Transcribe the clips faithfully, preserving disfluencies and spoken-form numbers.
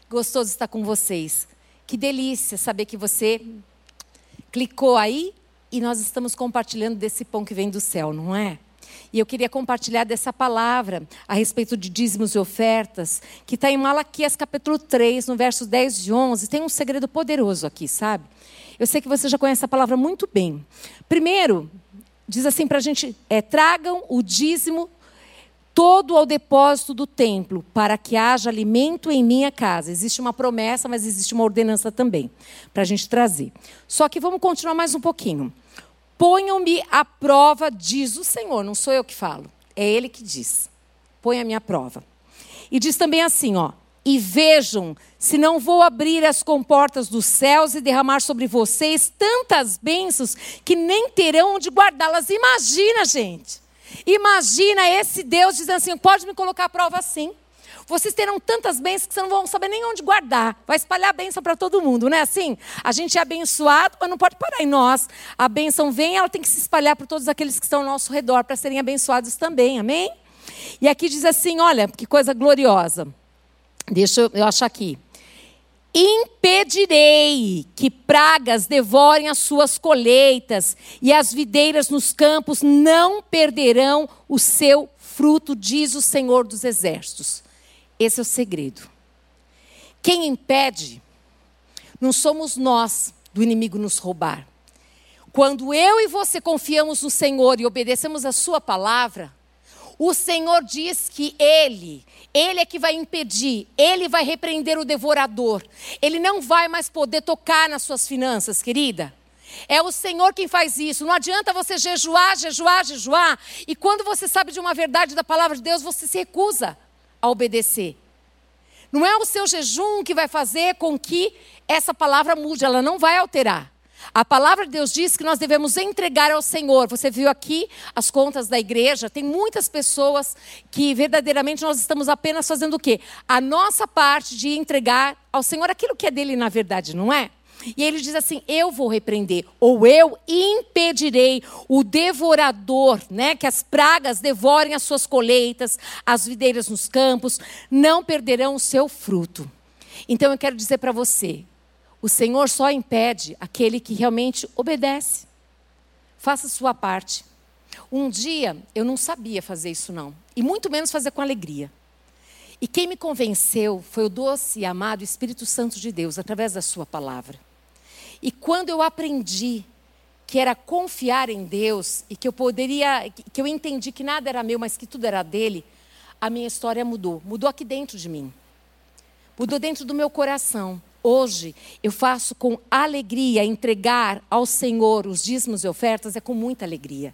gostoso estar com vocês. Que delícia saber que você clicou aí e nós estamos compartilhando desse pão que vem do céu, não é? E eu queria compartilhar dessa palavra a respeito de dízimos e ofertas, que está em Malaquias capítulo três, no versos dez e onze. Tem um segredo poderoso aqui, sabe? Eu sei que você já conhece a palavra muito bem. Primeiro, diz assim para a gente, é, tragam o dízimo todo ao depósito do templo, para que haja alimento em minha casa. Existe uma promessa, mas existe uma ordenança também, para a gente trazer. Só que vamos continuar mais um pouquinho. Ponham-me à prova, diz o Senhor, não sou eu que falo, é Ele que diz. Ponha-me à prova. E diz também assim, ó, e vejam se não vou abrir as comportas dos céus e derramar sobre vocês tantas bênçãos que nem terão onde guardá-las. Imagina, gente. Imagina esse Deus dizendo assim, pode me colocar à prova assim. Vocês terão tantas bênçãos que vocês não vão saber nem onde guardar. Vai espalhar a bênção para todo mundo, não é assim? A gente é abençoado, mas não pode parar em nós. A bênção vem, ela tem que se espalhar por todos aqueles que estão ao nosso redor, para serem abençoados também, amém? E aqui diz assim, olha, que coisa gloriosa. Deixa eu, eu achar aqui. Impedirei que pragas devorem as suas colheitas e as videiras nos campos não perderão o seu fruto, diz o Senhor dos Exércitos. Esse é o segredo. Quem impede não somos nós do inimigo nos roubar. Quando eu e você confiamos no Senhor e obedecemos a sua palavra, o Senhor diz que Ele, Ele é que vai impedir, Ele vai repreender o devorador. Ele não vai mais poder tocar nas suas finanças, querida. É o Senhor quem faz isso. Não adianta você jejuar, jejuar, jejuar. E quando você sabe de uma verdade da palavra de Deus, você se recusa a obedecer. Não é o seu jejum que vai fazer com que essa palavra mude, ela não vai alterar. A palavra de Deus diz que nós devemos entregar ao Senhor. Você viu aqui as contas da igreja. Tem muitas pessoas que verdadeiramente nós estamos apenas fazendo o quê? A nossa parte de entregar ao Senhor aquilo que é dele na verdade, não é? E ele diz assim, eu vou repreender, ou eu impedirei o devorador, né? Que as pragas devorem as suas colheitas, as videiras nos campos, não perderão o seu fruto. Então eu quero dizer para você, o Senhor só impede aquele que realmente obedece. Faça a sua parte. Um dia eu não sabia fazer isso não, e muito menos fazer com alegria. E quem me convenceu foi o doce e amado Espírito Santo de Deus, através da sua palavra. E quando eu aprendi que era confiar em Deus, e que eu poderia, que eu entendi que nada era meu, mas que tudo era dele, a minha história mudou. Mudou aqui dentro de mim. Mudou dentro do meu coração. Hoje, eu faço com alegria, entregar ao Senhor os dízimos e ofertas é com muita alegria.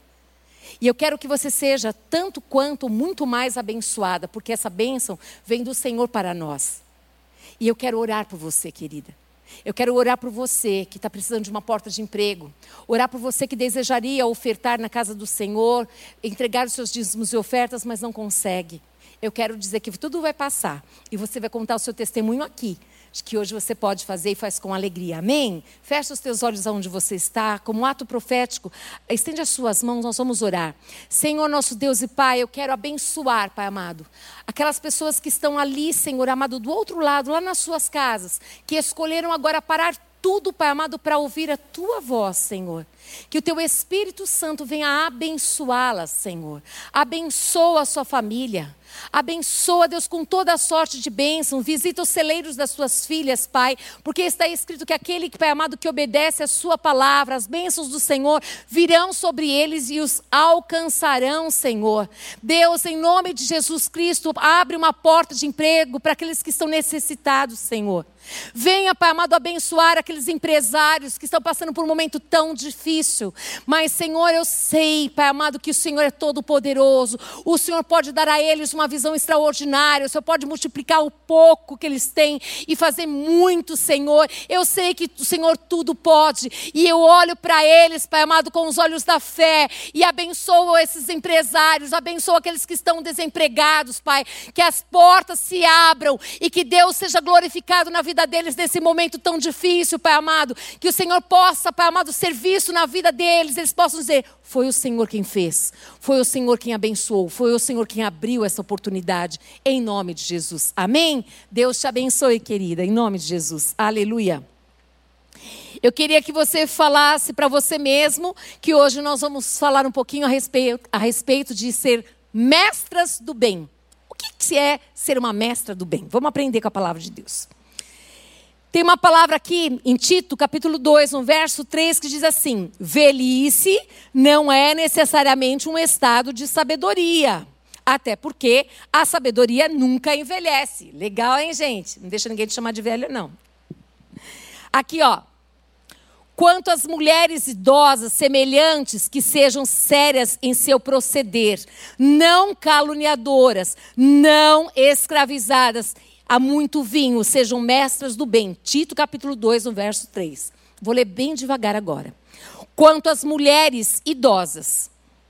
E eu quero que você seja tanto quanto muito mais abençoada, porque essa bênção vem do Senhor para nós. E eu quero orar por você, querida. Eu quero orar por você que está precisando de uma porta de emprego. Orar por você que desejaria ofertar na casa do Senhor, entregar os seus dízimos e ofertas, mas não consegue. Eu quero dizer que tudo vai passar e você vai contar o seu testemunho aqui. Que hoje você pode fazer e faz com alegria, amém? Fecha os teus olhos aonde você está, como um ato profético, estende as suas mãos, nós vamos orar. Senhor nosso Deus e Pai, eu quero abençoar, Pai amado, aquelas pessoas que estão ali, Senhor amado, do outro lado, lá nas suas casas, que escolheram agora parar tudo, Pai amado, para ouvir a Tua voz, Senhor. Que o Teu Espírito Santo venha abençoá-las, Senhor. Abençoa a sua família. Abençoa, Deus, com toda a sorte de bênção. Visita os celeiros das suas filhas, Pai. Porque está escrito que aquele, Pai amado, que obedece a sua palavra, as bênçãos do Senhor virão sobre eles e os alcançarão, Senhor. Deus, em nome de Jesus Cristo, abre uma porta de emprego para aqueles que estão necessitados, Senhor. Venha, Pai amado, abençoar aqueles empresários que estão passando por um momento tão difícil. Mas, Senhor, eu sei, Pai amado, que o Senhor é todo poderoso. O Senhor pode dar a eles uma visão extraordinária. O Senhor pode multiplicar o pouco que eles têm e fazer muito, Senhor. Eu sei que o Senhor tudo pode. E eu olho para eles, Pai amado, com os olhos da fé. E abençoo esses empresários. Abençoo aqueles que estão desempregados, Pai. Que as portas se abram e que Deus seja glorificado na vida deles nesse momento tão difícil, Pai amado. Que o Senhor possa, Pai amado, ser visto na vida deles. Eles possam dizer, foi o Senhor quem fez. Foi o Senhor quem abençoou. Foi o Senhor quem abriu essa oportunidade. oportunidade, em nome de Jesus. Amém? Deus te abençoe, querida, em nome de Jesus. Aleluia. Eu queria que você falasse para você mesmo que hoje nós vamos falar um pouquinho a respeito, a respeito de ser mestras do bem. O que, que é ser uma mestra do bem? Vamos aprender com a palavra de Deus. Tem uma palavra aqui em Tito, capítulo dois, no verso três, que diz assim: velhice não é necessariamente um estado de sabedoria. Até porque a sabedoria nunca envelhece. Legal, hein, gente? Não deixa ninguém te chamar de velho, não. Aqui, ó. Quanto às mulheres idosas semelhantes que sejam sérias em seu proceder, não caluniadoras, não escravizadas a muito vinho, sejam mestras do bem. Tito capítulo dois, no verso três. Vou ler bem devagar agora. Quanto às mulheres idosas,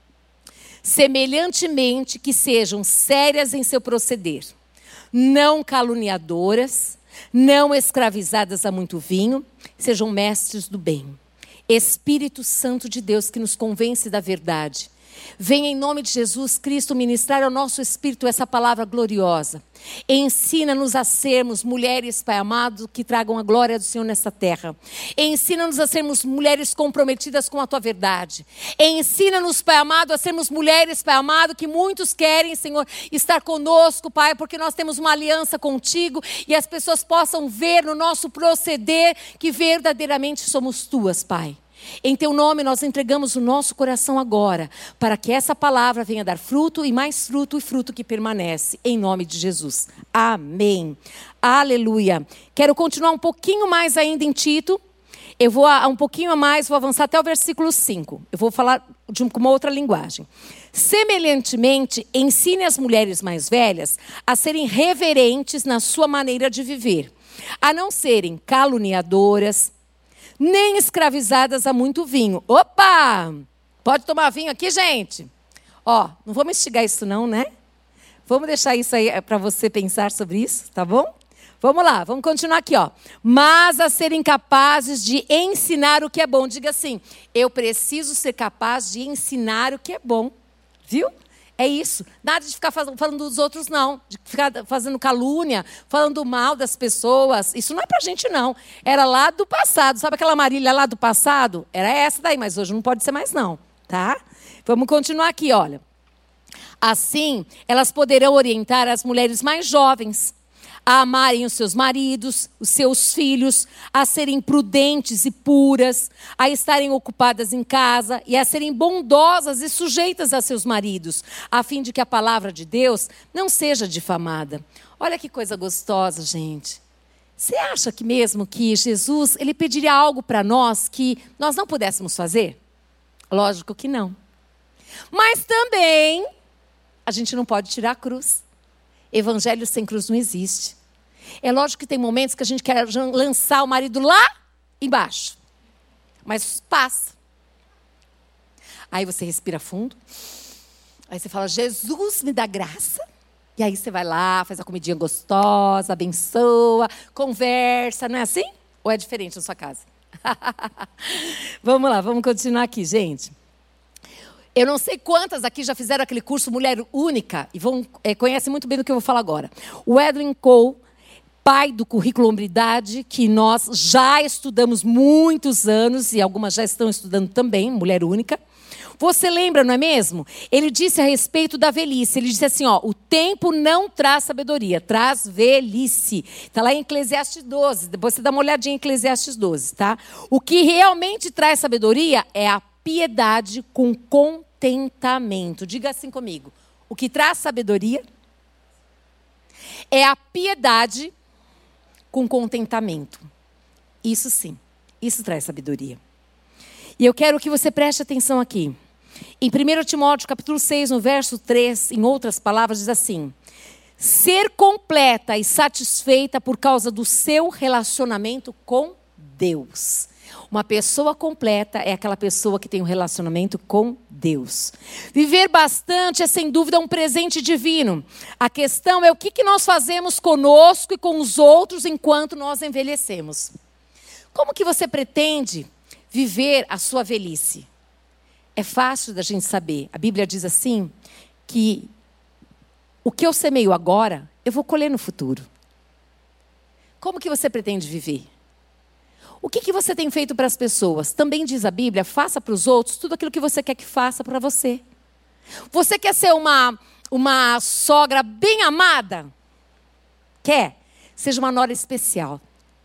semelhantemente que sejam sérias em seu proceder, não caluniadoras, não escravizadas a muito vinho, sejam mestres do bem. Espírito Santo de Deus que nos convence da verdade. Venha em nome de Jesus Cristo ministrar ao nosso espírito essa palavra gloriosa. Ensina-nos a sermos mulheres, Pai amado, que tragam a glória do Senhor nessa terra. Ensina-nos a sermos mulheres comprometidas com a Tua verdade. Ensina-nos, Pai amado, a sermos mulheres, Pai amado, que muitos querem, Senhor, estar conosco, Pai, porque nós temos uma aliança contigo e as pessoas possam ver no nosso proceder que verdadeiramente somos Tuas, Pai. Em Teu nome nós entregamos o nosso coração agora, para que essa palavra venha dar fruto e mais fruto e fruto que permanece, em nome de Jesus. Amém. Aleluia. Quero continuar um pouquinho mais ainda em Tito. Eu vou a, um pouquinho a mais, vou avançar até o versículo cinco. Eu vou falar de um, com uma outra linguagem. Semelhantemente, ensine as mulheres mais velhas a serem reverentes na sua maneira de viver, a não serem caluniadoras, nem escravizadas a muito vinho. Opa! Pode tomar vinho aqui, gente? Ó, não vamos instigar isso não, né? Vamos deixar isso aí para você pensar sobre isso, tá bom? Vamos lá, vamos continuar aqui, ó. Mas a serem capazes de ensinar o que é bom. Diga assim, eu preciso ser capaz de ensinar o que é bom. Viu? É isso. Nada de ficar falando dos outros, não. De ficar fazendo calúnia, falando mal das pessoas. Isso não é pra gente, não. Era lá do passado. Sabe aquela Marília lá do passado? Era essa daí, mas hoje não pode ser mais, não. Tá? Vamos continuar aqui, olha. Assim, elas poderão orientar as mulheres mais jovens a amarem os seus maridos, os seus filhos, a serem prudentes e puras, a estarem ocupadas em casa e a serem bondosas e sujeitas a seus maridos, a fim de que a palavra de Deus não seja difamada. Olha que coisa gostosa, gente. Você acha que mesmo que Jesus, ele pediria algo para nós que nós não pudéssemos fazer? Lógico que não. Mas também, a gente não pode tirar a cruz. Evangelho sem cruz não existe. É lógico que tem momentos que a gente quer lançar o marido lá embaixo. Mas passa. Aí você respira fundo. Aí você fala, Jesus me dá graça. E aí você vai lá, faz a comidinha gostosa, abençoa, conversa. Não é assim? Ou é diferente na sua casa? Vamos lá, vamos continuar aqui, gente. Eu não sei quantas aqui já fizeram aquele curso Mulher Única e vão, é, conhecem muito bem do que eu vou falar agora. O Edwin Cole, pai do currículo Hombridade, que nós já estudamos muitos anos e algumas já estão estudando também, Mulher Única. Você lembra, não é mesmo? Ele disse a respeito da velhice. Ele disse assim, ó, o tempo não traz sabedoria, traz velhice. Está lá em Eclesiastes doze. Depois você dá uma olhadinha em Eclesiastes doze, tá? O que realmente traz sabedoria é a piedade com contentamento. Diga assim comigo. O que traz sabedoria é a piedade com contentamento. Isso sim. Isso traz sabedoria. E eu quero que você preste atenção aqui. Em primeiro Timóteo, capítulo seis, no verso três, em outras palavras, diz assim: ser completa e satisfeita por causa do seu relacionamento com Deus. Uma pessoa completa é aquela pessoa que tem um relacionamento com Deus. Viver bastante é, sem dúvida, um presente divino. A questão é o que nós fazemos conosco e com os outros enquanto nós envelhecemos. Como que você pretende viver a sua velhice? É fácil da gente saber. A Bíblia diz assim, que O que eu semeio agora, eu vou colher no futuro. Como que você pretende viver? O que, que você tem feito para as pessoas? Também diz a Bíblia, faça para os outros tudo aquilo que você quer que faça para você. Você quer ser uma, uma sogra bem amada? Quer? Seja uma nora especial.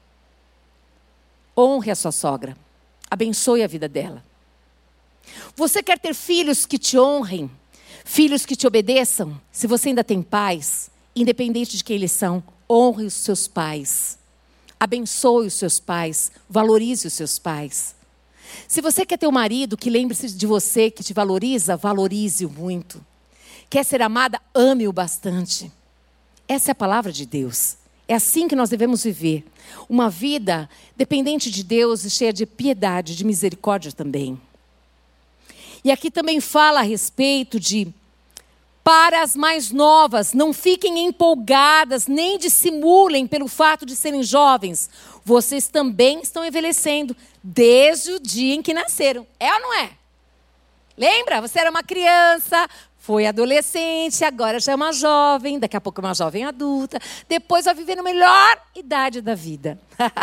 Honre a sua sogra. Abençoe a vida dela. Você quer ter filhos que te honrem? Filhos que te obedeçam? Se você ainda tem pais, independente de quem eles são, honre os seus pais. Abençoe os seus pais. Valorize os seus pais. Se você quer ter um marido que lembre-se de você, que te valoriza, valorize-o muito. Quer ser amada? Ame-o bastante. Essa é a palavra de Deus. É assim que nós devemos viver. Uma vida dependente de Deus e cheia de piedade, de misericórdia também. E aqui também fala a respeito de, para as mais novas, não fiquem empolgadas, nem dissimulem pelo fato de serem jovens. Vocês também estão envelhecendo desde o dia em que nasceram. É ou não é? Lembra? Você era uma criança, foi adolescente, agora já é uma jovem, daqui a pouco é uma jovem adulta, depois vai viver na melhor idade da vida.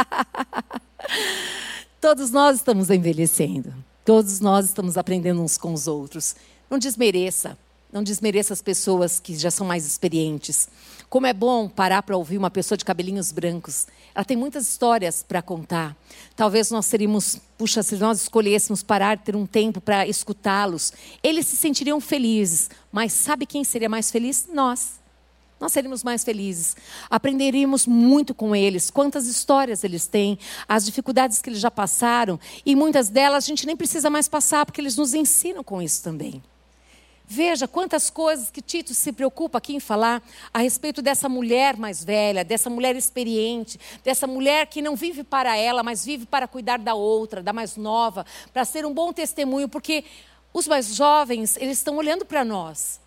Todos nós estamos envelhecendo. Todos nós estamos aprendendo uns com os outros. Não desmereça. Não desmereça as pessoas que já são mais experientes. Como é bom parar para ouvir uma pessoa de cabelinhos brancos. Ela tem muitas histórias para contar. Talvez nós teríamos, puxa, se nós escolhêssemos parar, ter um tempo para escutá-los, eles se sentiriam felizes. Mas sabe quem seria mais feliz? Nós. Nós seríamos mais felizes. Aprenderíamos muito com eles. Quantas histórias eles têm, as dificuldades que eles já passaram. E muitas delas a gente nem precisa mais passar, porque eles nos ensinam com isso também. Veja quantas coisas que Tito se preocupa aqui em falar a respeito dessa mulher mais velha, dessa mulher experiente, dessa mulher que não vive para ela, mas vive para cuidar da outra, da mais nova, para ser um bom testemunho, porque os mais jovens, eles estão olhando para nós.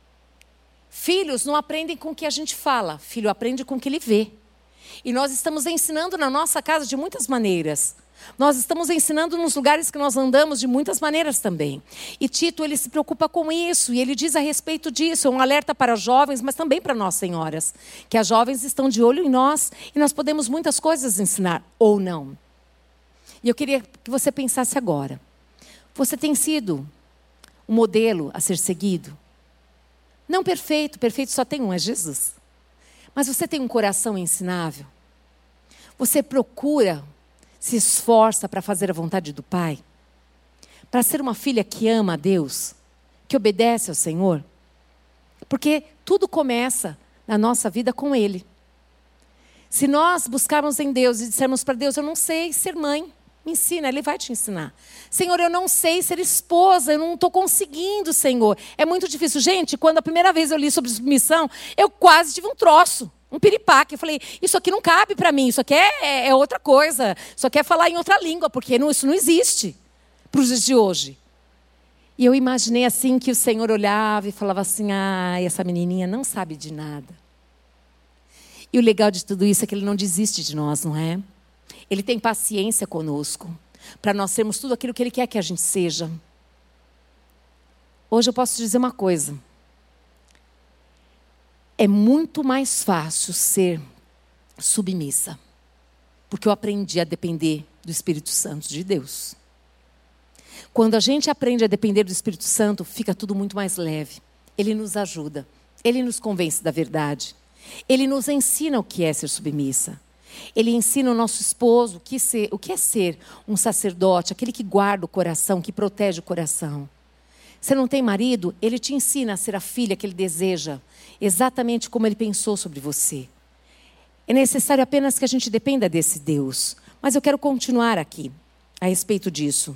Filhos não aprendem com o que a gente fala, filho aprende com o que ele vê. E nós estamos ensinando na nossa casa de muitas maneiras. Nós estamos ensinando nos lugares que nós andamos de muitas maneiras também. E Tito, ele se preocupa com isso, e ele diz a respeito disso, é um alerta para jovens, mas também para nós, senhoras, que as jovens estão de olho em nós, e nós podemos muitas coisas ensinar, ou não. E eu queria que você pensasse agora. Você tem sido um modelo a ser seguido? Não perfeito, perfeito só tem um, é Jesus. Mas você tem um coração ensinável? Você procura, se esforça para fazer a vontade do Pai? Para ser uma filha que ama a Deus? Que obedece ao Senhor? Porque tudo começa na nossa vida com Ele. Se nós buscarmos em Deus e dissermos para Deus, eu não sei ser mãe, me ensina, Ele vai te ensinar. Senhor, eu não sei ser esposa, eu não estou conseguindo, Senhor. É muito difícil. Gente, quando a primeira vez eu li sobre submissão, eu quase tive um troço, um piripaque. Eu falei, isso aqui não cabe para mim, isso aqui é, é outra coisa. Isso aqui é falar em outra língua, porque não, isso não existe para os dias de hoje. E eu imaginei assim que o Senhor olhava e falava assim, ah, essa menininha não sabe de nada. E o legal de tudo isso é que Ele não desiste de nós, não é? Ele tem paciência conosco, para nós sermos tudo aquilo que Ele quer que a gente seja. Hoje eu posso te dizer uma coisa. É muito mais fácil ser submissa, porque eu aprendi a depender do Espírito Santo de Deus. Quando a gente aprende a depender do Espírito Santo, fica tudo muito mais leve. Ele nos ajuda, Ele nos convence da verdade. Ele nos ensina o que é ser submissa. Ele ensina o nosso esposo o que, ser, o que é ser um sacerdote, aquele que guarda o coração, que protege o coração. Você não tem marido? Ele te ensina a ser a filha que ele deseja, exatamente como ele pensou sobre você. É necessário apenas que a gente dependa desse Deus. Mas eu quero continuar aqui, a respeito disso.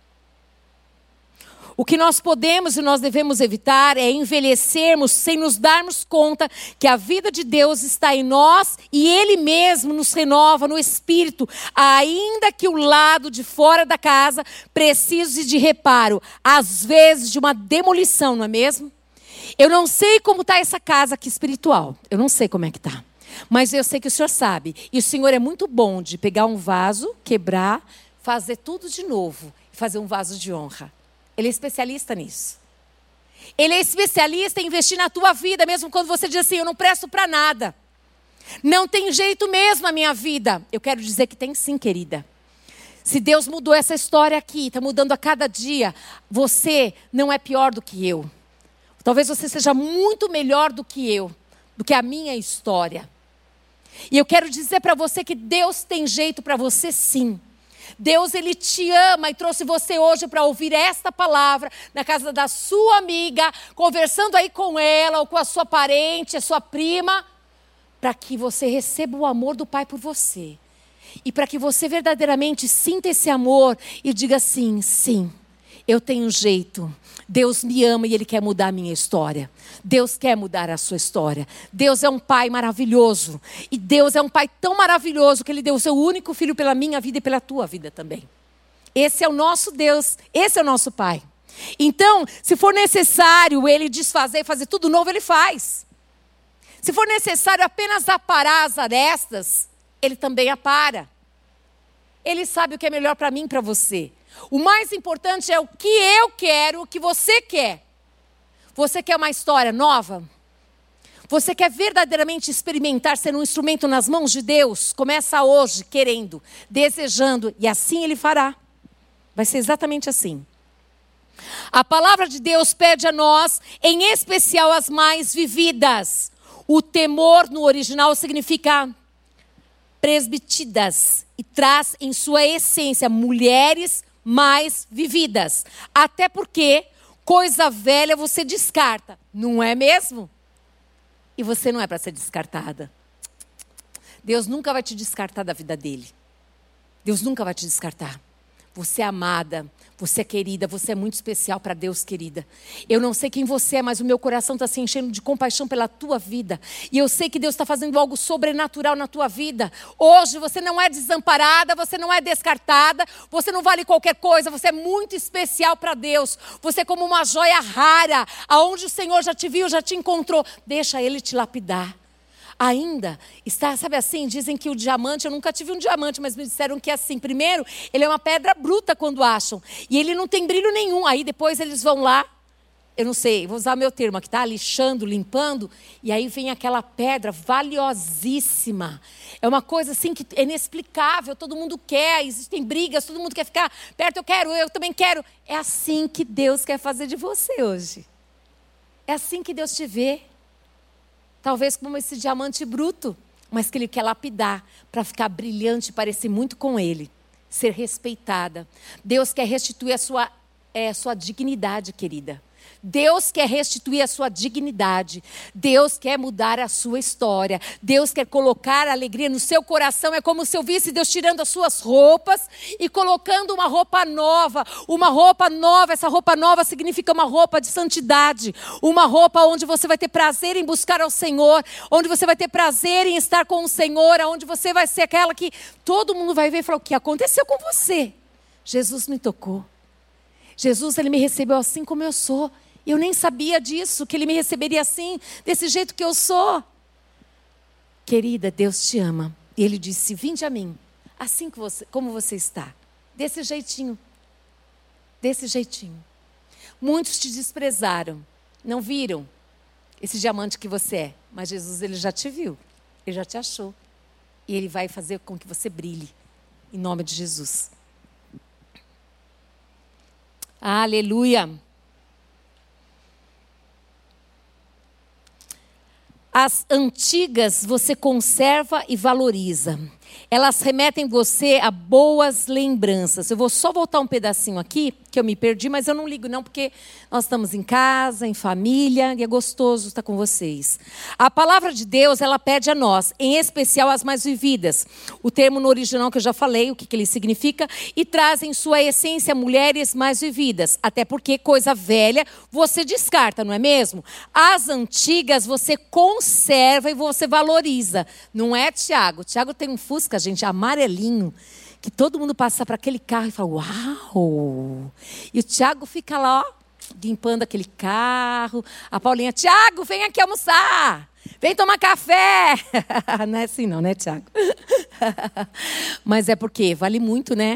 O que nós podemos e nós devemos evitar é envelhecermos sem nos darmos conta que a vida de Deus está em nós e Ele mesmo nos renova no espírito, ainda que o lado de fora da casa precise de reparo, às vezes de uma demolição, não é mesmo? Eu não sei como está essa casa aqui espiritual, eu não sei como é que está, mas eu sei que o Senhor sabe, e o Senhor é muito bom de pegar um vaso, quebrar, fazer tudo de novo e fazer um vaso de honra. Ele é especialista nisso. Ele é especialista em investir na tua vida, mesmo quando você diz assim, eu não presto para nada. Não tem jeito mesmo na minha vida. Eu quero dizer que tem sim, querida. Se Deus mudou essa história aqui, está mudando a cada dia, você não é pior do que eu. Talvez você seja muito melhor do que eu, do que a minha história. E eu quero dizer para você que Deus tem jeito para você sim. Deus, Ele te ama e trouxe você hoje para ouvir esta palavra na casa da sua amiga, conversando aí com ela ou com a sua parente, a sua prima, para que você receba o amor do Pai por você. E para que você verdadeiramente sinta esse amor e diga assim, sim, eu tenho jeito. Deus me ama e Ele quer mudar a minha história. Deus quer mudar a sua história. Deus é um Pai maravilhoso. E Deus é um Pai tão maravilhoso que Ele deu o seu único filho pela minha vida e pela tua vida também. Esse é o nosso Deus. Esse é o nosso Pai. Então, se for necessário Ele desfazer e fazer tudo novo, Ele faz. Se for necessário apenas aparar as arestas, Ele também apara. Ele sabe o que é melhor para mim e para você. O mais importante é o que eu quero, o que você quer. Você quer uma história nova? Você quer verdadeiramente experimentar ser um instrumento nas mãos de Deus? Começa hoje, querendo, desejando, e assim Ele fará. Vai ser exatamente assim. A palavra de Deus pede a nós, em especial as mais vividas. O temor no original significa presbítidas e traz em sua essência mulheres mais vividas. Até porque coisa velha você descarta, não é mesmo? E você não é para ser descartada. Deus nunca vai te descartar da vida dele. Deus nunca vai te descartar. Você é amada, você é querida, você é muito especial para Deus, querida. Eu não sei quem você é, mas o meu coração está se enchendo de compaixão pela tua vida. E eu sei que Deus está fazendo algo sobrenatural na tua vida. Hoje você não é desamparada, você não é descartada, você não vale qualquer coisa, você é muito especial para Deus. Você é como uma joia rara, aonde o Senhor já te viu, já te encontrou. Deixa Ele te lapidar. Ainda está, sabe assim, dizem que o diamante, eu nunca tive um diamante, mas me disseram que é assim, primeiro, ele é uma pedra bruta quando acham, e ele não tem brilho nenhum, aí depois eles vão lá, eu não sei, vou usar o meu termo aqui, tá? Lixando, limpando, e aí vem aquela pedra valiosíssima, é uma coisa assim que é inexplicável, todo mundo quer, existem brigas, todo mundo quer ficar perto, eu quero, eu também quero, é assim que Deus quer fazer de você hoje, é assim que Deus te vê. Talvez como esse diamante bruto, mas que Ele quer lapidar para ficar brilhante e parecer muito com Ele. Ser respeitada. Deus quer restituir a sua, é, a sua dignidade, querida. Deus quer restituir a sua dignidade. Deus quer mudar a sua história. Deus quer colocar alegria no seu coração. É como se eu visse Deus tirando as suas roupas e colocando uma roupa nova. Uma roupa nova, essa roupa nova significa uma roupa de santidade. Uma roupa onde você vai ter prazer em buscar ao Senhor. Onde você vai ter prazer em estar com o Senhor. Onde você vai ser aquela que todo mundo vai ver e falar, o que aconteceu com você? Jesus me tocou. Jesus, Ele me recebeu assim como eu sou. Eu nem sabia disso, que Ele me receberia assim, desse jeito que eu sou. Querida, Deus te ama. E Ele disse, vinde a mim, assim que você, como você está. Desse jeitinho. Desse jeitinho. Muitos te desprezaram, não viram esse diamante que você é. Mas Jesus, Ele já te viu, Ele já te achou. E Ele vai fazer com que você brilhe, em nome de Jesus. Aleluia. As antigas você conserva e valoriza. Elas remetem você a boas lembranças. Eu vou só voltar um pedacinho aqui, que eu me perdi, mas eu não ligo não, porque nós estamos em casa, em família, e é gostoso estar com vocês. A palavra de Deus, ela pede a nós, em especial as mais vividas. O termo no original que eu já falei, o que, que ele significa, e traz em sua essência mulheres mais vividas. Até porque coisa velha você descarta, não é mesmo? As antigas você conserva e você valoriza. Não é, Tiago? Tiago tem um Fusca, gente, amarelinho, que todo mundo passa para aquele carro e fala, uau! E o Tiago fica lá, ó, limpando aquele carro. A Paulinha, Tiago, vem aqui almoçar. Vem tomar café. Não é assim não, né, Tiago? Mas é porque vale muito, né?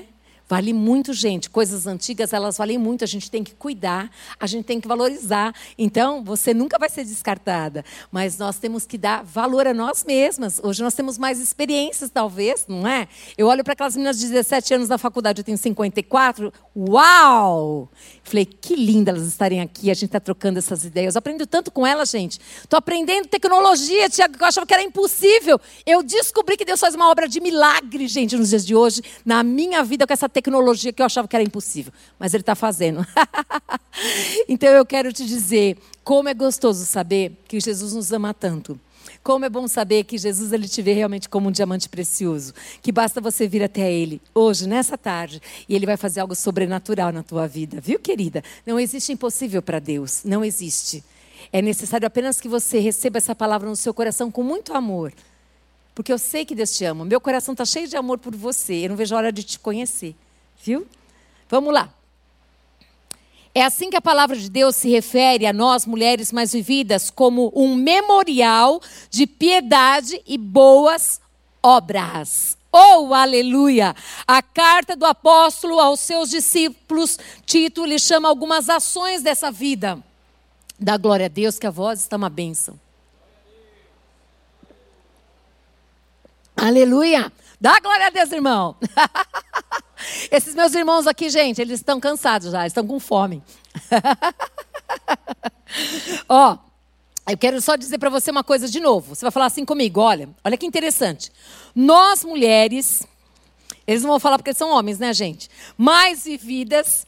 Vale muito, gente. Coisas antigas, elas valem muito. A gente tem que cuidar, a gente tem que valorizar. Então, você nunca vai ser descartada. Mas nós temos que dar valor a nós mesmas. Hoje nós temos mais experiências, talvez, não é? Eu olho para aquelas meninas de dezessete anos da faculdade, eu tenho cinquenta e quatro. Uau! Falei, que linda elas estarem aqui. A gente está trocando essas ideias. Eu aprendo tanto com elas, gente. Estou aprendendo tecnologia, Tiago, que eu achava que era impossível. Eu descobri que Deus faz uma obra de milagre, gente, nos dias de hoje, na minha vida, com essa tecnologia que eu achava que era impossível. Mas Ele está fazendo. Então eu quero te dizer, como é gostoso saber que Jesus nos ama tanto. Como é bom saber que Jesus ele te vê realmente como um diamante precioso. Que basta você vir até Ele hoje, nessa tarde, e Ele vai fazer algo sobrenatural na tua vida. Viu, querida? Não existe impossível para Deus. Não existe. É necessário apenas que você receba essa palavra no seu coração com muito amor. Porque eu sei que Deus te ama. Meu coração está cheio de amor por você. Eu não vejo a hora de te conhecer. Viu? Vamos lá. É assim que a palavra de Deus se refere a nós, mulheres mais vividas, como um memorial de piedade e boas obras. Oh, aleluia! A carta do apóstolo aos seus discípulos, Tito, lhe chama algumas ações dessa vida. Dá glória a Deus que a voz está uma bênção. Aleluia! Dá glória a Deus, irmão. Esses meus irmãos aqui, gente, eles estão cansados já, estão com fome. Ó, eu quero só dizer para você uma coisa de novo. Você vai falar assim comigo, olha, olha que interessante. Nós mulheres, eles não vão falar porque são homens, né, gente? Mais vividas,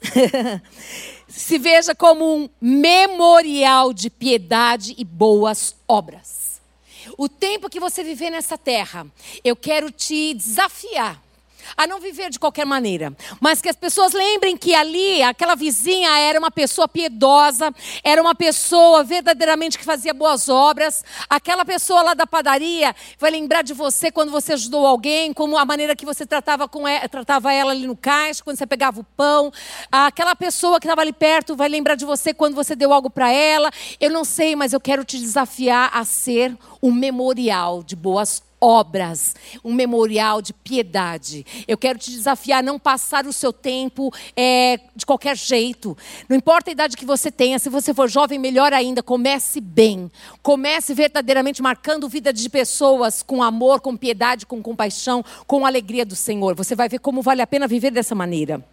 se veja como um memorial de piedade e boas obras. O tempo que você viver nessa terra, eu quero te desafiar a não viver de qualquer maneira, mas que as pessoas lembrem que ali, aquela vizinha era uma pessoa piedosa, era uma pessoa verdadeiramente que fazia boas obras. Aquela pessoa lá da padaria vai lembrar de você quando você ajudou alguém, como a maneira que você tratava, com ela, tratava ela ali no caixa, quando você pegava o pão. Aquela pessoa que estava ali perto vai lembrar de você quando você deu algo para ela. Eu não sei, mas eu quero te desafiar a ser um memorial de boas obras. Obras, um memorial de piedade. Eu quero te desafiar a não passar o seu tempo é, de qualquer jeito. Não importa a idade que você tenha, se você for jovem, melhor ainda, comece bem. Comece verdadeiramente marcando vida de pessoas com amor, com piedade, com compaixão, com alegria do Senhor. Você vai ver como vale a pena viver dessa maneira.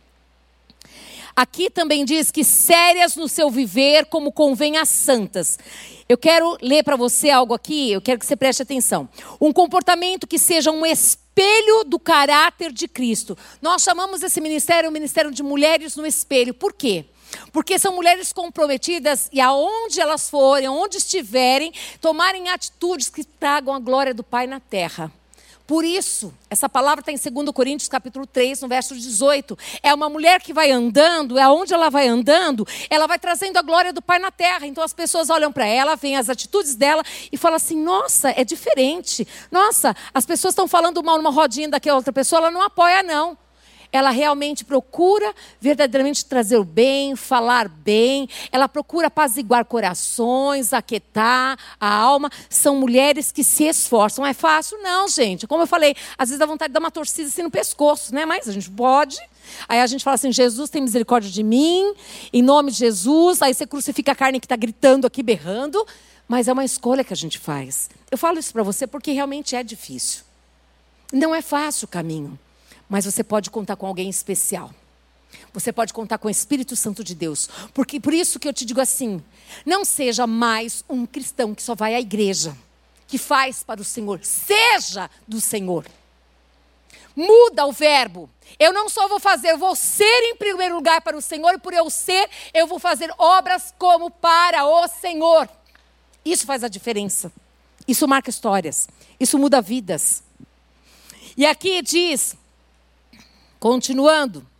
Aqui também diz que sérias no seu viver, como convém às santas. Eu quero ler para você algo aqui, eu quero que você preste atenção. Um comportamento que seja um espelho do caráter de Cristo. Nós chamamos esse ministério o Ministério de Mulheres no Espelho. Por quê? Porque são mulheres comprometidas e aonde elas forem, onde estiverem, tomarem atitudes que tragam a glória do Pai na terra. Por isso, essa palavra está em segundo Coríntios, capítulo três, no verso dezoito. É uma mulher que vai andando, é onde ela vai andando, ela vai trazendo a glória do Pai na terra. Então as pessoas olham para ela, veem as atitudes dela e falam assim, nossa, é diferente. Nossa, as pessoas estão falando mal numa rodinha daquela outra pessoa, ela não apoia não. Ela realmente procura verdadeiramente trazer o bem, falar bem. Ela procura apaziguar corações, aquietar a alma. São mulheres que se esforçam. É fácil? Não, gente. Como eu falei, às vezes dá vontade de dar uma torcida assim no pescoço, né? Mas a gente pode. Aí a gente fala assim, Jesus tem misericórdia de mim, em nome de Jesus. Aí você crucifica a carne que está gritando aqui, berrando. Mas é uma escolha que a gente faz. Eu falo isso para você porque realmente é difícil. Não é fácil o caminho. Mas você pode contar com alguém especial. Você pode contar com o Espírito Santo de Deus. Porque, por isso que eu te digo assim, não seja mais um cristão que só vai à igreja, que faz para o Senhor. Seja do Senhor. Muda o verbo. Eu não só vou fazer, eu vou ser em primeiro lugar para o Senhor. E por eu ser, eu vou fazer obras como para o Senhor. Isso faz a diferença. Isso marca histórias. Isso muda vidas. E aqui diz... Continuando,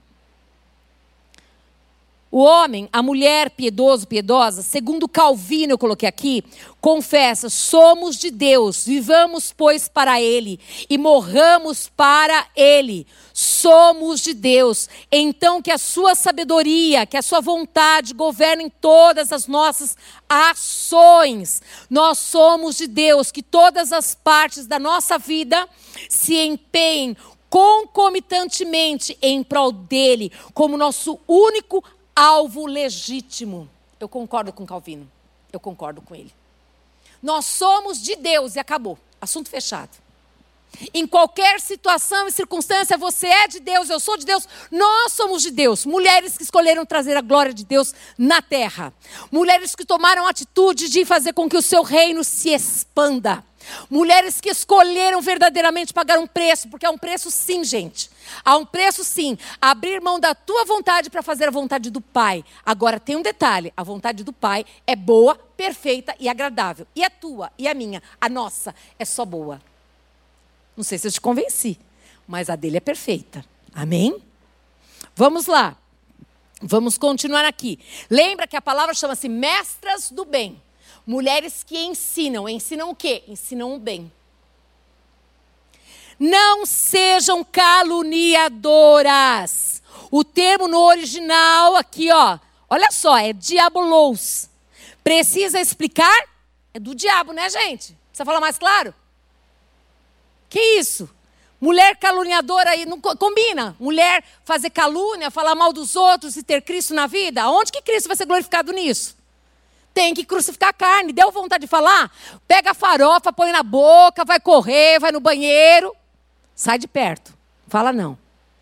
o homem, a mulher piedoso, piedosa, segundo Calvino eu coloquei aqui, confessa, somos de Deus, vivamos pois para Ele e morramos para Ele, somos de Deus, então que a sua sabedoria, que a sua vontade governem todas as nossas ações, nós somos de Deus, que todas as partes da nossa vida se empenhem concomitantemente em prol dele, como nosso único alvo legítimo. Eu concordo com Calvino, eu concordo com ele. Nós somos de Deus e acabou, assunto fechado. Em qualquer situação e circunstância, você é de Deus, eu sou de Deus, nós somos de Deus. Mulheres que escolheram trazer a glória de Deus na terra. Mulheres que tomaram a atitude de fazer com que o seu reino se expanda. Mulheres que escolheram verdadeiramente pagar um preço, porque há um preço sim, gente. Há um preço sim, abrir mão da tua vontade para fazer a vontade do Pai. Agora tem um detalhe, a vontade do Pai é boa, perfeita e agradável. E a tua, e a minha, a nossa é só boa. Não sei se eu te convenci, mas a dele é perfeita. Amém? Vamos lá. Vamos continuar aqui. Lembra que a palavra chama-se mestras do bem. Mulheres que ensinam. Ensinam o quê? Ensinam o bem. Não sejam caluniadoras. O termo no original aqui, ó. Olha só, é diabolos. Precisa explicar? É do diabo, né, gente? Precisa falar mais claro? Que isso? Mulher caluniadora aí, não combina. Mulher fazer calúnia, falar mal dos outros e ter Cristo na vida. Aonde que Cristo vai ser glorificado nisso? Tem que crucificar a carne. Deu vontade de falar? Pega a farofa, põe na boca, vai correr, vai no banheiro. Sai de perto. Fala não.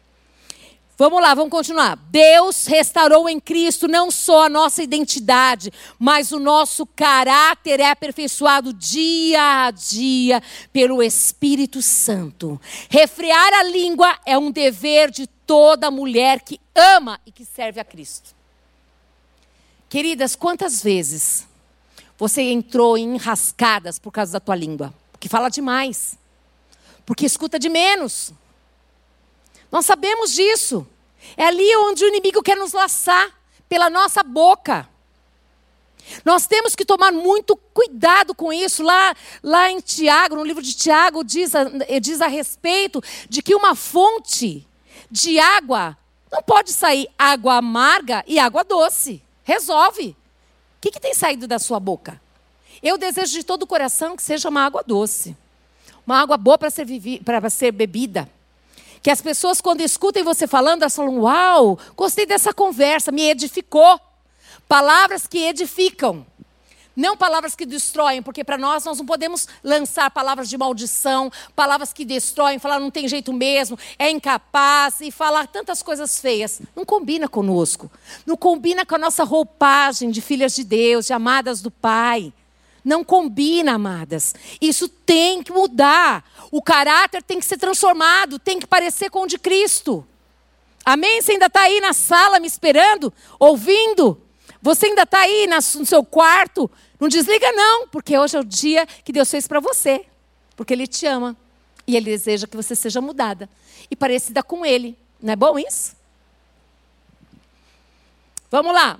Vamos lá, vamos continuar. Deus restaurou em Cristo não só a nossa identidade, mas o nosso caráter é aperfeiçoado dia a dia pelo Espírito Santo. Refrear a língua é um dever de toda mulher que ama e que serve a Cristo. Queridas, quantas vezes você entrou em enrascadas por causa da tua língua? Porque fala demais. Porque escuta de menos. Nós sabemos disso. É ali onde o inimigo quer nos laçar, pela nossa boca. Nós temos que tomar muito cuidado com isso. Lá, lá em Tiago, no livro de Tiago, diz a, diz a respeito de que uma fonte de água não pode sair água amarga e água doce. Resolve. O que, que tem saído da sua boca? Eu desejo de todo o coração que seja uma água doce. Uma água boa para ser, vivi- para ser bebida. Que as pessoas, quando escutem você falando, elas falam, uau, gostei dessa conversa, me edificou. Palavras que edificam. Não palavras que destroem, porque para nós, nós não podemos lançar palavras de maldição, palavras que destroem, falar não tem jeito mesmo, é incapaz, e falar tantas coisas feias. Não combina conosco. Não combina com a nossa roupagem de filhas de Deus, de amadas do Pai. Não combina, amadas. Isso tem que mudar. O caráter tem que ser transformado, tem que parecer com o de Cristo. Amém? Você ainda está aí na sala me esperando, ouvindo? Você ainda está aí no seu quarto? Não desliga não, porque hoje é o dia que Deus fez para você. Porque Ele te ama. E Ele deseja que você seja mudada. E parecida com Ele. Não é bom isso? Vamos lá.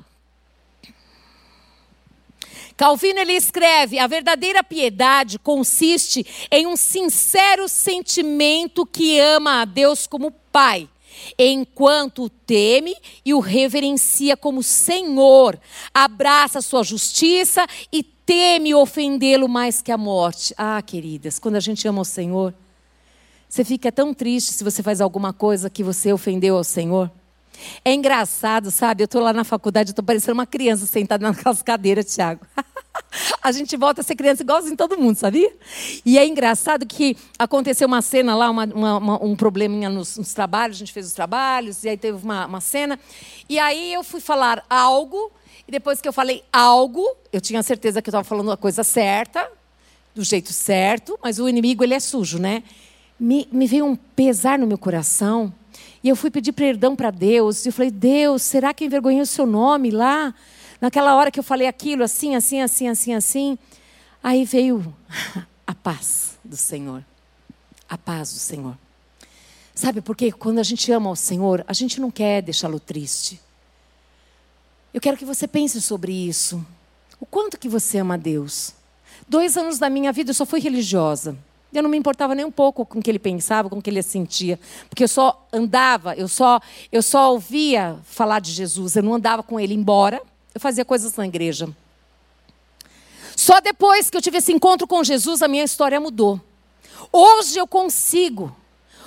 Calvino, ele escreve, a verdadeira piedade consiste em um sincero sentimento que ama a Deus como Pai, enquanto o teme e o reverencia como Senhor, abraça a sua justiça e teme ofendê-lo mais que a morte. Ah, queridas, quando a gente ama o Senhor, você fica tão triste se você faz alguma coisa que você ofendeu ao Senhor. É engraçado, sabe? Eu estou lá na faculdade, estou parecendo uma criança sentada naquelas cadeiras, Tiago. A gente volta a ser criança igualzinho todo mundo, sabia? E é engraçado que aconteceu uma cena lá, uma, uma, uma, um probleminha nos, nos trabalhos, a gente fez os trabalhos, e aí teve uma, uma cena. E aí eu fui falar algo, e depois que eu falei algo, eu tinha certeza que eu estava falando a coisa certa, do jeito certo, mas o inimigo, ele é sujo, né? Me, me veio um pesar no meu coração. E eu fui pedir perdão para Deus. E eu falei, Deus, será que eu envergonhei o seu nome lá? Naquela hora que eu falei aquilo, assim, assim, assim, assim, assim. Aí veio a paz do Senhor. A paz do Senhor. Sabe por quê? Quando a gente ama o Senhor, a gente não quer deixá-lo triste. Eu quero que você pense sobre isso. O quanto que você ama a Deus. Dois anos da minha vida eu só fui religiosa. Eu não me importava nem um pouco com o que ele pensava, com o que ele sentia. Porque eu só andava, eu só, eu só ouvia falar de Jesus. Eu não andava com ele embora. Eu fazia coisas na igreja. Só depois que eu tive esse encontro com Jesus, a minha história mudou. Hoje eu consigo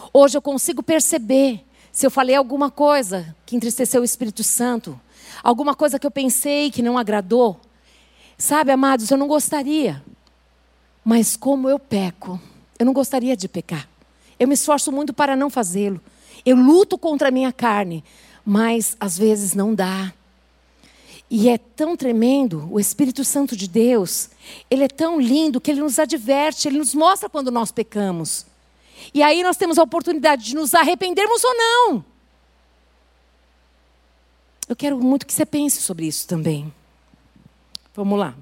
Hoje eu consigo perceber se eu falei alguma coisa que entristeceu o Espírito Santo, alguma coisa que eu pensei que não agradou. Sabe, amados, eu não gostaria, mas como eu peco, eu não gostaria de pecar. Eu me esforço muito para não fazê-lo. Eu luto contra a minha carne, mas às vezes não dá. E é tão tremendo, o Espírito Santo de Deus, ele é tão lindo que ele nos adverte, ele nos mostra quando nós pecamos. E aí nós temos a oportunidade de nos arrependermos ou não. Eu quero muito que você pense sobre isso também. Vamos lá.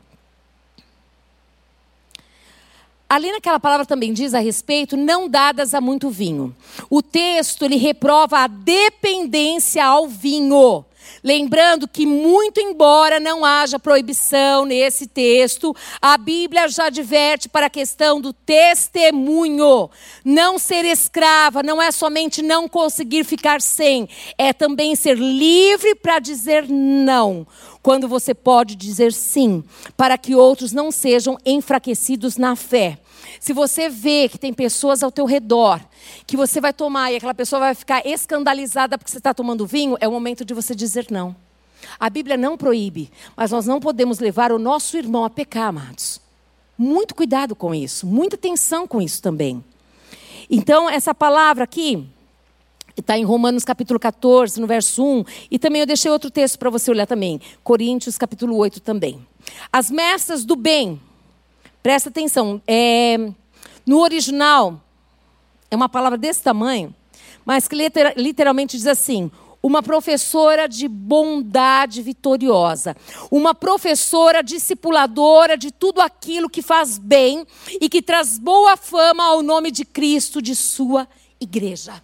Ali naquela palavra também diz a respeito, não dadas a muito vinho. O texto, ele reprova a dependência ao vinho. Lembrando que, muito embora não haja proibição nesse texto, a Bíblia já adverte para a questão do testemunho. Não ser escrava não é somente não conseguir ficar sem, é também ser livre para dizer não, quando você pode dizer sim, para que outros não sejam enfraquecidos na fé. Se você vê que tem pessoas ao teu redor, que você vai tomar e aquela pessoa vai ficar escandalizada porque você está tomando vinho, é o momento de você dizer não. A Bíblia não proíbe, mas nós não podemos levar o nosso irmão a pecar, amados. Muito cuidado com isso, muita atenção com isso também. Então, essa palavra aqui está em Romanos capítulo catorze, no verso um, e também eu deixei outro texto para você olhar também, Coríntios capítulo oito também. As mestras do bem, presta atenção, é, no original, é uma palavra desse tamanho, mas que literalmente diz assim, uma professora de bondade vitoriosa, uma professora discipuladora de tudo aquilo que faz bem e que traz boa fama ao nome de Cristo, de sua igreja.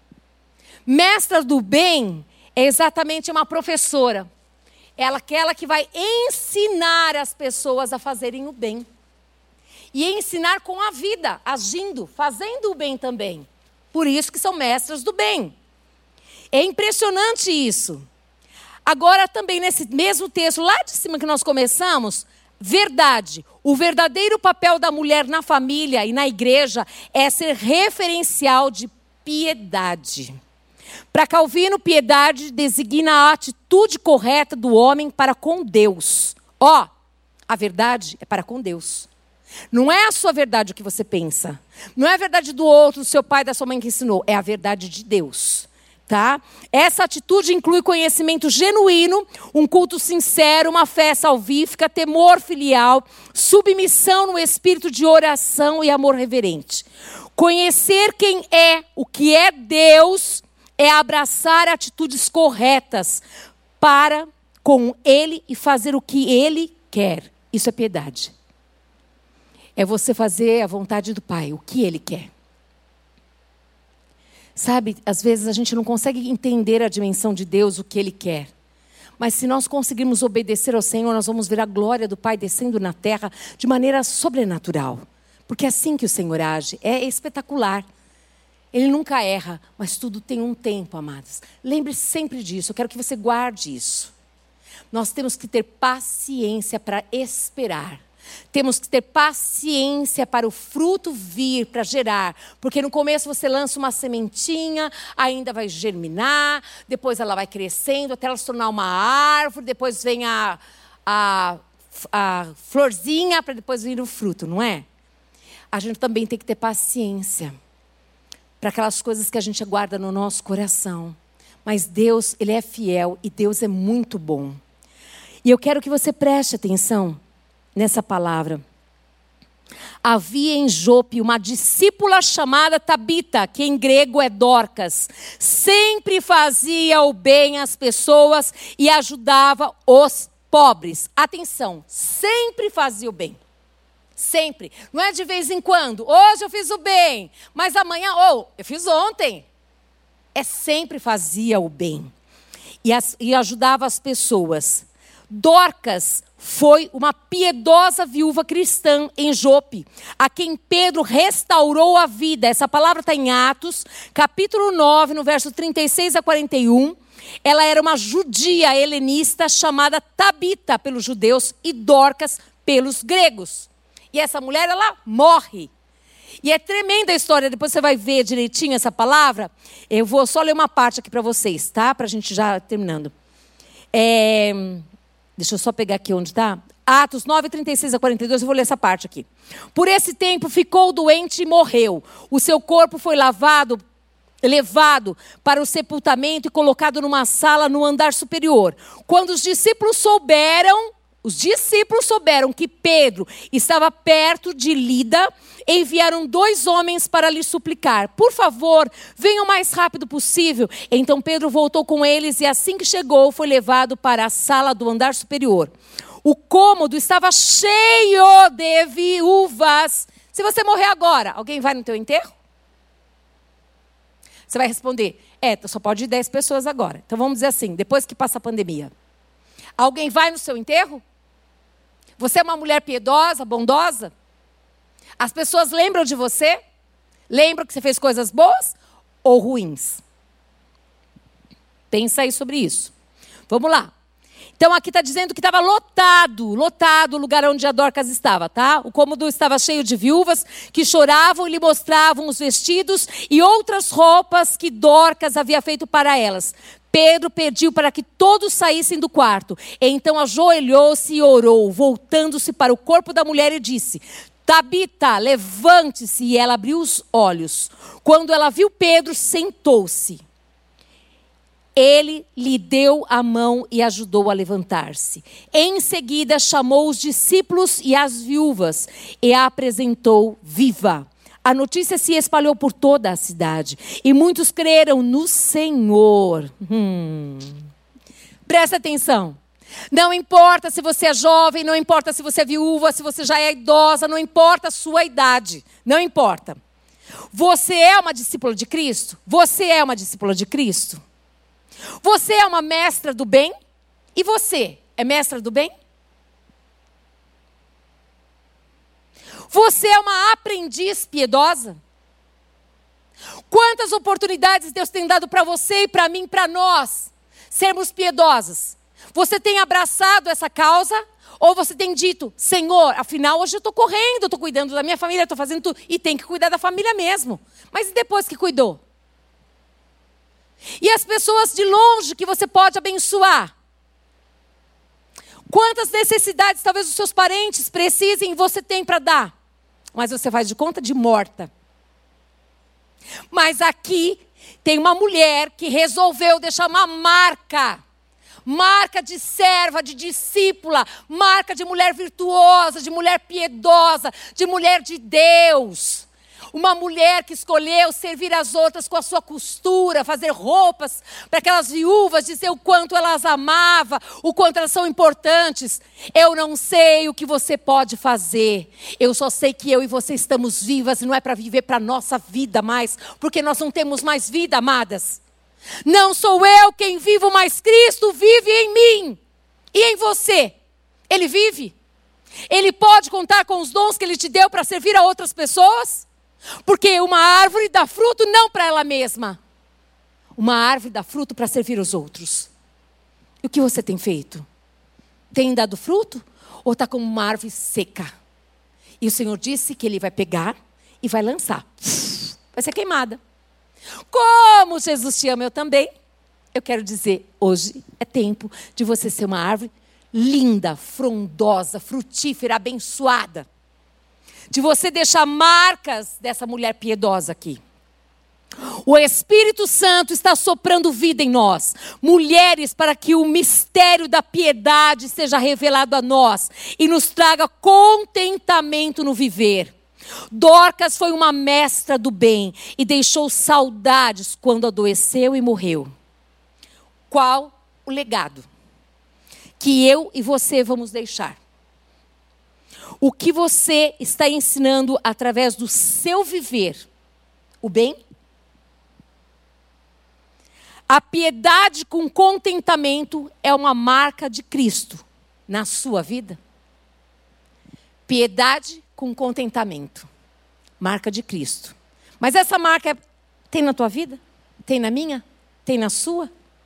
Mestra do bem é exatamente uma professora. Ela é aquela que vai ensinar as pessoas a fazerem o bem. E ensinar com a vida, agindo, fazendo o bem também. Por isso que são mestras do bem. É impressionante isso. Agora também nesse mesmo texto, lá de cima que nós começamos, verdade. O verdadeiro papel da mulher na família e na igreja é ser referencial de piedade. Para Calvino, piedade designa a atitude correta do homem para com Deus. Ó, a verdade é para com Deus. Não é a sua verdade o que você pensa. Não é a verdade do outro, do seu pai, da sua mãe que ensinou. É a verdade de Deus. Tá? Essa atitude inclui conhecimento genuíno, um culto sincero, uma fé salvífica, temor filial, submissão no espírito de oração e amor reverente. Conhecer quem é, o que é Deus, é abraçar atitudes corretas para com Ele e fazer o que Ele quer. Isso é piedade. É você fazer a vontade do Pai, o que Ele quer. Sabe, às vezes a gente não consegue entender a dimensão de Deus, o que Ele quer. Mas se nós conseguirmos obedecer ao Senhor, nós vamos ver a glória do Pai descendo na terra de maneira sobrenatural. Porque é assim que o Senhor age, é espetacular. Ele nunca erra, mas tudo tem um tempo, amados. Lembre-se sempre disso, eu quero que você guarde isso. Nós temos que ter paciência para esperar. Temos que ter paciência para o fruto vir, para gerar. Porque no começo você lança uma sementinha, ainda vai germinar, depois ela vai crescendo até ela se tornar uma árvore, depois vem a, a, a florzinha para depois vir o fruto, não é? A gente também tem que ter paciência para aquelas coisas que a gente guarda no nosso coração. Mas Deus, Ele é fiel e Deus é muito bom. E eu quero que você preste atenção nessa palavra. Havia em Jope uma discípula chamada Tabita, que em grego é Dorcas. Sempre fazia o bem às pessoas e ajudava os pobres. Atenção, sempre fazia o bem. Sempre. Não é de vez em quando. Hoje eu fiz o bem, mas amanhã, ou oh, eu fiz ontem. É sempre fazia o bem. E, as, e ajudava as pessoas. Dorcas foi uma piedosa viúva cristã em Jope, a quem Pedro restaurou a vida. Essa palavra está em Atos, capítulo nove, no verso trinta e seis a quarenta e um. Ela era uma judia helenista chamada Tabita pelos judeus e Dorcas pelos gregos. E essa mulher, ela morre. E é tremenda a história, depois você vai ver direitinho essa palavra. Eu vou só ler uma parte aqui para vocês, tá? Para a gente já terminando. É... Deixa eu só pegar aqui onde está. Atos nove, trinta e seis a quarenta e dois, eu vou ler essa parte aqui. Por esse tempo ficou doente e morreu. O seu corpo foi lavado, levado para o sepultamento e colocado numa sala no andar superior. Quando os discípulos souberam, os discípulos souberam que Pedro estava perto de Lida, enviaram dois homens para lhe suplicar: por favor, venham o mais rápido possível. Então Pedro voltou com eles e assim que chegou, foi levado para a sala do andar superior. O cômodo estava cheio de viúvas. Se você morrer agora, alguém vai no teu enterro? Você vai responder: é, só pode ir dez pessoas agora. Então vamos dizer assim, depois que passa a pandemia. Alguém vai no seu enterro? Você é uma mulher piedosa, bondosa? As pessoas lembram de você? Lembram que você fez coisas boas ou ruins? Pensa aí sobre isso. Vamos lá. Então aqui está dizendo que estava lotado, lotado o lugar onde a Dorcas estava, tá? O cômodo estava cheio de viúvas que choravam e lhe mostravam os vestidos e outras roupas que Dorcas havia feito para elas. Pedro pediu para que todos saíssem do quarto. Então ajoelhou-se e orou, voltando-se para o corpo da mulher e disse: Tabita, levante-se. E ela abriu os olhos. Quando ela viu Pedro, sentou-se. Ele lhe deu a mão e ajudou a levantar-se. Em seguida, chamou os discípulos e as viúvas e a apresentou viva. A notícia se espalhou por toda a cidade e muitos creram no Senhor. Hum. Presta atenção. Não importa se você é jovem, não importa se você é viúva, se você já é idosa, não importa a sua idade. Não importa. Você é uma discípula de Cristo? Você é uma discípula de Cristo? Você é uma mestra do bem? E você é mestra do bem? Você é uma aprendiz piedosa? Quantas oportunidades Deus tem dado para você e para mim, para nós, sermos piedosas? Você tem abraçado essa causa? Ou você tem dito: Senhor, afinal hoje eu estou correndo, estou cuidando da minha família, estou fazendo tudo. E tem que cuidar da família mesmo. Mas e depois que cuidou? E as pessoas de longe que você pode abençoar? Quantas necessidades talvez os seus parentes precisem e você tem para dar? Mas você faz de conta de morta. Mas aqui tem uma mulher que resolveu deixar uma marca. Marca de serva, de discípula. Marca de mulher virtuosa, de mulher piedosa, de mulher de Deus. Uma mulher que escolheu servir as outras com a sua costura, fazer roupas para aquelas viúvas, dizer o quanto elas amavam, o quanto elas são importantes. Eu não sei o que você pode fazer. Eu só sei que eu e você estamos vivas e não é para viver para a nossa vida mais, porque nós não temos mais vida, amadas. Não sou eu quem vivo, mas Cristo vive em mim e em você. Ele vive. Ele pode contar com os dons que Ele te deu para servir a outras pessoas. Porque uma árvore dá fruto não para ela mesma. Uma árvore dá fruto para servir os outros. E o que você tem feito? Tem dado fruto? Ou está como uma árvore seca? E o Senhor disse que Ele vai pegar e vai lançar. Vai ser queimada. Como Jesus te ama, eu também. Eu quero dizer, hoje é tempo de você ser uma árvore linda, frondosa, frutífera, abençoada. De você deixar marcas dessa mulher piedosa aqui. O Espírito Santo está soprando vida em nós. Mulheres, para que o mistério da piedade seja revelado a nós. E nos traga contentamento no viver. Dorcas foi uma mestra do bem. E deixou saudades quando adoeceu e morreu. Qual o legado que eu e você vamos deixar? O que você está ensinando através do seu viver? O bem? A piedade com contentamento é uma marca de Cristo na sua vida? Piedade com contentamento. Marca de Cristo. Mas essa marca tem na tua vida? Tem na minha? Tem na sua?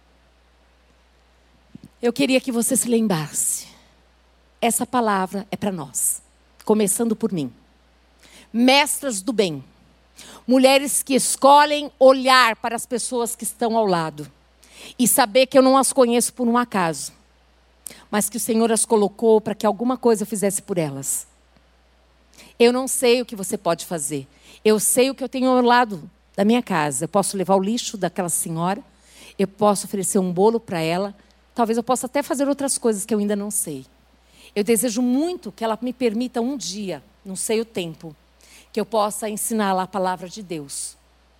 Eu queria que você se lembrasse. Essa palavra é para nós. Começando por mim. Mestras do bem. Mulheres que escolhem olhar para as pessoas que estão ao lado e saber que eu não as conheço por um acaso, mas que o Senhor as colocou para que alguma coisa eu fizesse por elas. Eu não sei o que você pode fazer. Eu sei o que eu tenho ao lado da minha casa. Eu posso levar o lixo daquela senhora, eu posso oferecer um bolo para ela, talvez eu possa até fazer outras coisas que eu ainda não sei. Eu desejo muito que ela me permita um dia, não sei o tempo, que eu possa ensiná-la a palavra de Deus.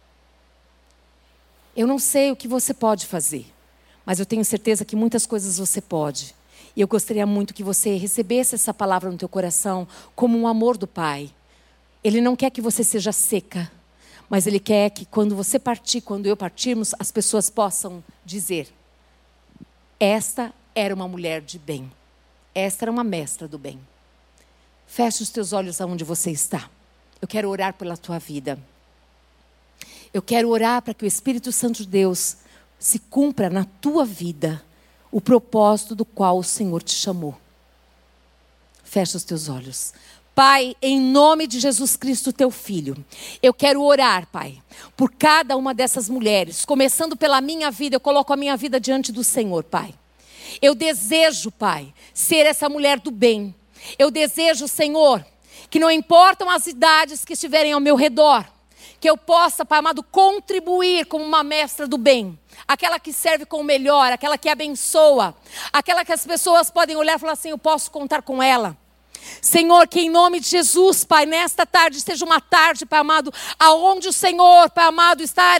Eu não sei o que você pode fazer, mas eu tenho certeza que muitas coisas você pode. E eu gostaria muito que você recebesse essa palavra no teu coração como um amor do Pai. Ele não quer que você seja seca, mas Ele quer que quando você partir, quando eu partirmos, as pessoas possam dizer: esta era uma mulher de bem. Esta era uma mestra do bem. Feche os teus olhos aonde você está. Eu quero orar pela tua vida. Eu quero orar para que o Espírito Santo de Deus se cumpra na tua vida o propósito do qual o Senhor te chamou. Fecha os teus olhos. Pai, em nome de Jesus Cristo, teu Filho, eu quero orar, Pai, por cada uma dessas mulheres, começando pela minha vida. Eu coloco a minha vida diante do Senhor, Pai. Eu desejo, Pai, ser essa mulher do bem. Eu desejo, Senhor, que não importam as idades que estiverem ao meu redor, que eu possa, Pai amado, contribuir como uma mestra do bem. Aquela que serve com o melhor, aquela que abençoa, aquela que as pessoas podem olhar e falar assim: eu posso contar com ela. Senhor, que em nome de Jesus, Pai, nesta tarde seja uma tarde, Pai amado, aonde o Senhor, Pai amado, está,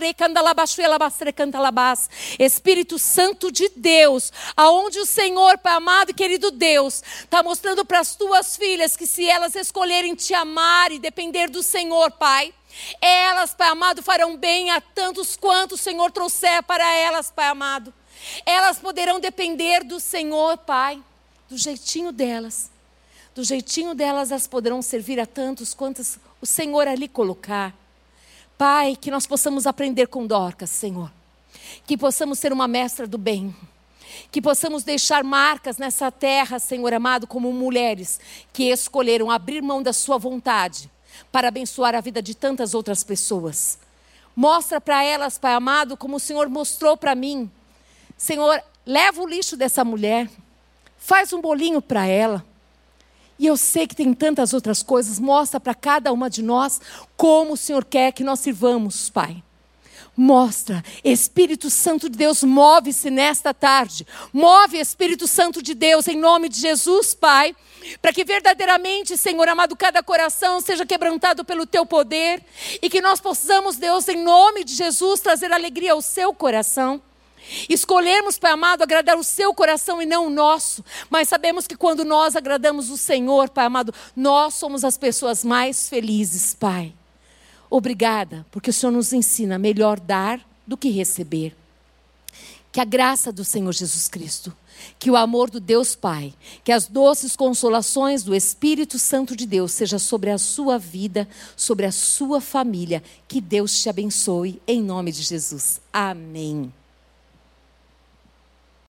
Espírito Santo de Deus, aonde o Senhor, Pai amado e querido Deus, está mostrando para as tuas filhas que se elas escolherem te amar e depender do Senhor, Pai, elas, Pai amado, farão bem a tantos quanto o Senhor trouxer para elas, Pai amado. Elas poderão depender do Senhor, Pai, do jeitinho delas. Do jeitinho delas, elas poderão servir a tantos quantos o Senhor ali colocar. Pai, que nós possamos aprender com Dorcas, Senhor. Que possamos ser uma mestra do bem. Que possamos deixar marcas nessa terra, Senhor amado, como mulheres que escolheram abrir mão da sua vontade para abençoar a vida de tantas outras pessoas. Mostra para elas, Pai amado, como o Senhor mostrou para mim. Senhor, leva o lixo dessa mulher. Faz um bolinho para ela. E eu sei que tem tantas outras coisas. Mostra para cada uma de nós como o Senhor quer que nós sirvamos, Pai. Mostra. Espírito Santo de Deus, move-se nesta tarde. Move, Espírito Santo de Deus, em nome de Jesus, Pai. Para que verdadeiramente, Senhor amado, cada coração seja quebrantado pelo Teu poder. E que nós possamos, Deus, em nome de Jesus, trazer alegria ao seu coração. Escolhermos, Pai amado, agradar o seu coração e não o nosso. Mas sabemos que quando nós agradamos o Senhor, Pai amado, nós somos as pessoas mais felizes, Pai. Obrigada, porque o Senhor nos ensina melhor dar do que receber. Que a graça do Senhor Jesus Cristo, que o amor do Deus Pai, que as doces consolações do Espírito Santo de Deus seja sobre a sua vida, sobre a sua família. Que Deus te abençoe em nome de Jesus. Amém.